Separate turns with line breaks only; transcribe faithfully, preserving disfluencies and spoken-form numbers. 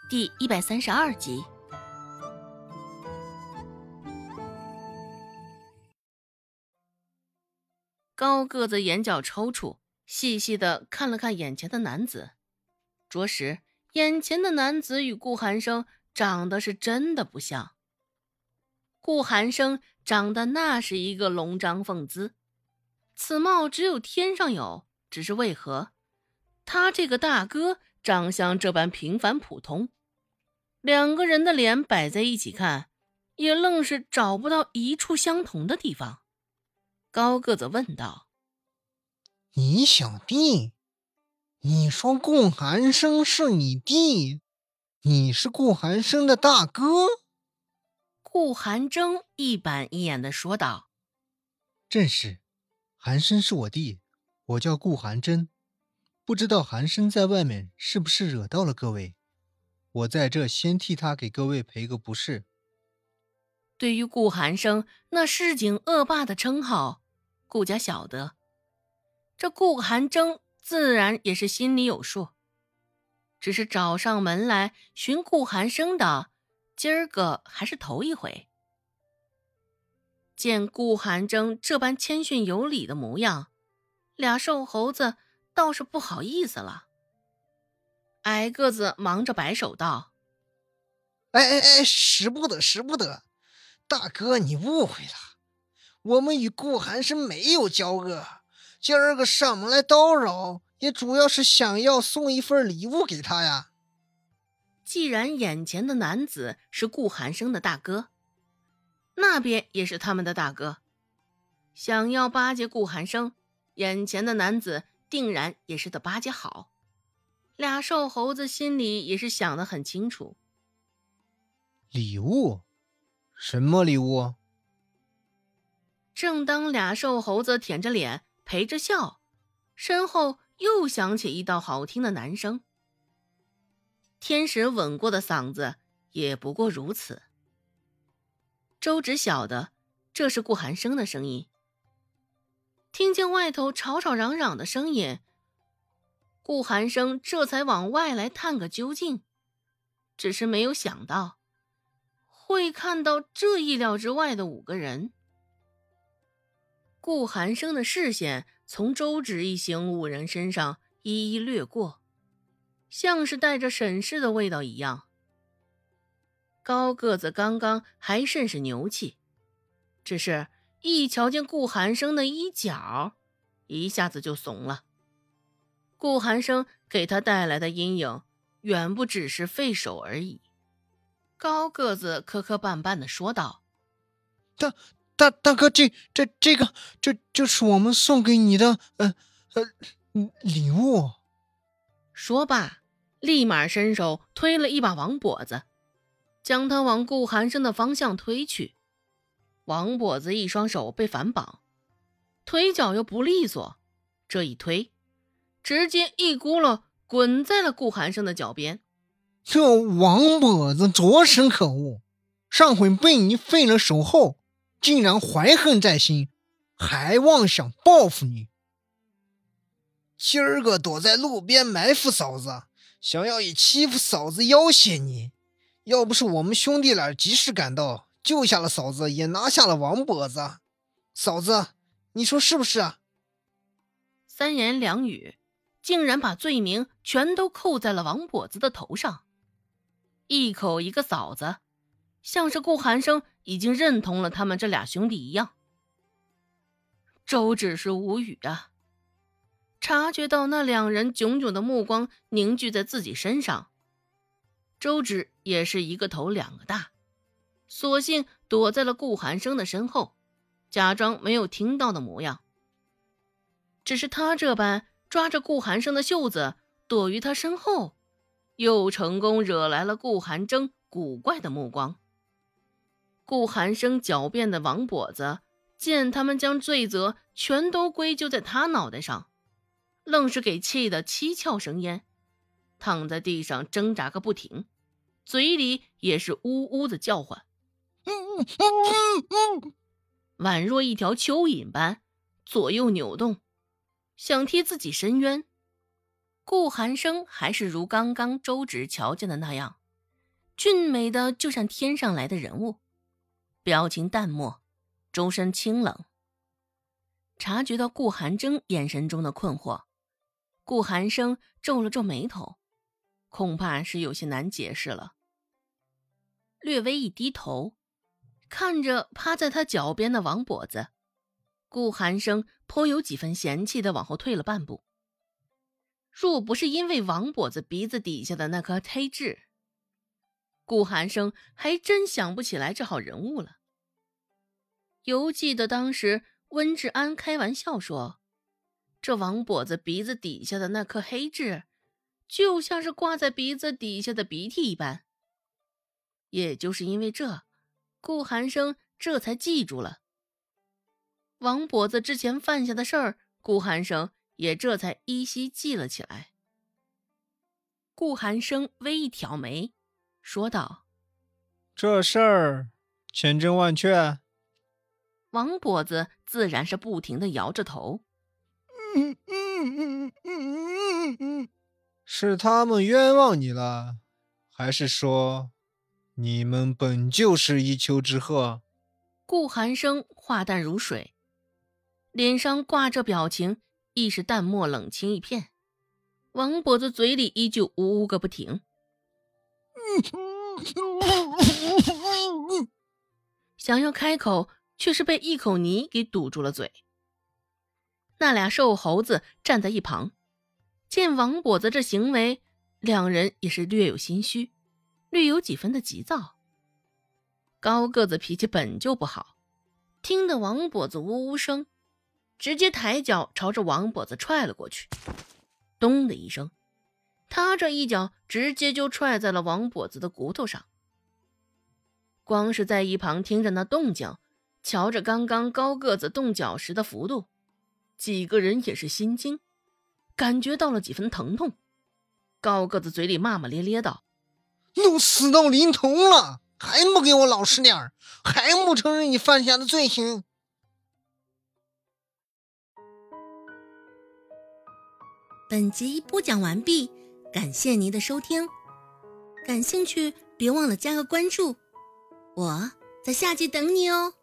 第一百三十二集。高个子眼角抽搐，细细地看了看眼前的男子，着实眼前的男子与顾寒生长得是真的不像。顾寒生长得那是一个龙章凤姿，此貌只有天上有，只是为何他这个大哥长相这般平凡普通，两个人的脸摆在一起看，也愣是找不到一处相同的地方。高个子问道：
你小弟？你说顾寒生是你弟？你是顾寒生的大哥？
顾寒征一板一眼地说道：
正是，寒生是我弟，我叫顾寒征。不知道寒生在外面是不是惹到了各位，我在这先替他给各位赔个不是。
对于顾寒生那市井恶霸的称号，顾家晓得，这顾寒征自然也是心里有数，只是找上门来寻顾寒生的，今儿个还是头一回。见顾寒征这般谦逊有礼的模样，俩瘦猴子倒是不好意思了。矮个子忙着摆手道：
哎哎哎，使不得使不得，大哥你误会了，我们与顾寒生没有交恶，今儿个上门来叨扰，也主要是想要送一份礼物给他呀。
既然眼前的男子是顾寒生的大哥，那边也是他们的大哥，想要巴结顾寒生，眼前的男子定然也是得巴结好。俩瘦猴子心里也是想得很清楚。
礼物？什么礼物？
正当俩瘦猴子舔着脸陪着笑，身后又响起一道好听的男声。天使吻过的嗓子也不过如此。周芷晓得这是顾寒生的声音，听见外头吵吵嚷嚷的声音，顾寒生这才往外来探个究竟，只是没有想到会看到这意料之外的五个人。顾寒生的视线从周芷一行五人身上一一掠过，像是带着审视的味道一样。高个子刚刚还甚是牛气，只是一瞧见顾寒生的衣角，一下子就怂了。顾寒生给他带来的阴影远不只是废手而已。高个子磕磕绊绊地说道：
大大大哥，这这这个这这是我们送给你的呃呃礼物。
说罢立马伸手推了一把王跛子，将他往顾寒生的方向推去。王跛子一双手被反绑，腿脚又不利索，这一推直接一咕噜滚在了顾寒生的脚边。
这王跛子着实可恶，上回被你废了手后，竟然怀恨在心，还妄想报复你。今儿个躲在路边埋伏嫂子，想要以欺负嫂子要挟你，要不是我们兄弟俩及时赶到，救下了嫂子，也拿下了王跛子。嫂子，你说是不是啊？
三言两语竟然把罪名全都扣在了王跛子的头上。一口一个嫂子，像是顾寒生已经认同了他们这俩兄弟一样。周芷是无语啊，察觉到那两人炯炯的目光凝聚在自己身上，周芷也是一个头两个大，索性躲在了顾寒生的身后，假装没有听到的模样。只是他这般抓着顾寒生的袖子躲于他身后，又成功惹来了顾寒征古怪的目光。顾寒生狡辩的王跛子见他们将罪责全都归咎在他脑袋上，愣是给气得七窍生烟，躺在地上挣扎个不停，嘴里也是呜呜的叫唤，宛若一条蚯蚓般左右扭动，想替自己伸冤。顾寒生还是如刚刚周芷瞧见的那样， 俊美的就像天上来的人物，表情淡漠，周身清冷。察觉到顾寒征眼神中的困惑，顾寒生皱了皱眉头，恐怕是有些难解释了。略微一低头，看着趴在他脚边的王跛子，顾寒生颇有几分嫌弃地往后退了半步。若不是因为王跛子鼻子底下的那颗黑痣，顾寒生还真想不起来这号人物了。犹记得当时温志安开玩笑说，这王跛子鼻子底下的那颗黑痣，就像是挂在鼻子底下的鼻涕一般。也就是因为这，顾寒生这才记住了王跛子之前犯下的事儿，顾寒生也这才依稀记了起来。顾寒生微一挑眉，说道：
这事儿千真万确？
王跛子自然是不停地摇着头。
嗯嗯嗯嗯嗯，是他们冤枉你了，还是说你们本就是一丘之貉？
顾寒生话淡如水，脸上挂着表情，亦是淡漠冷清一片。王跛子嘴里依旧呜呜个不停，想要开口，却是被一口泥给堵住了嘴。那俩瘦猴子站在一旁，见王跛子这行为，两人也是略有心虚，略有几分的急躁。高个子脾气本就不好，听得王跛子呜呜声，直接抬脚朝着王跛子踹了过去。咚的一声，他这一脚直接就踹在了王跛子的骨头上。光是在一旁听着那动静，瞧着刚刚高个子动脚时的幅度，几个人也是心惊，感觉到了几分疼痛。高个子嘴里骂骂咧咧道：
都死到临头了，还不给我老实点儿，还不承认你犯下的罪行。
本集播讲完毕，感谢您的收听。感兴趣别忘了加个关注，我在下集等你哦。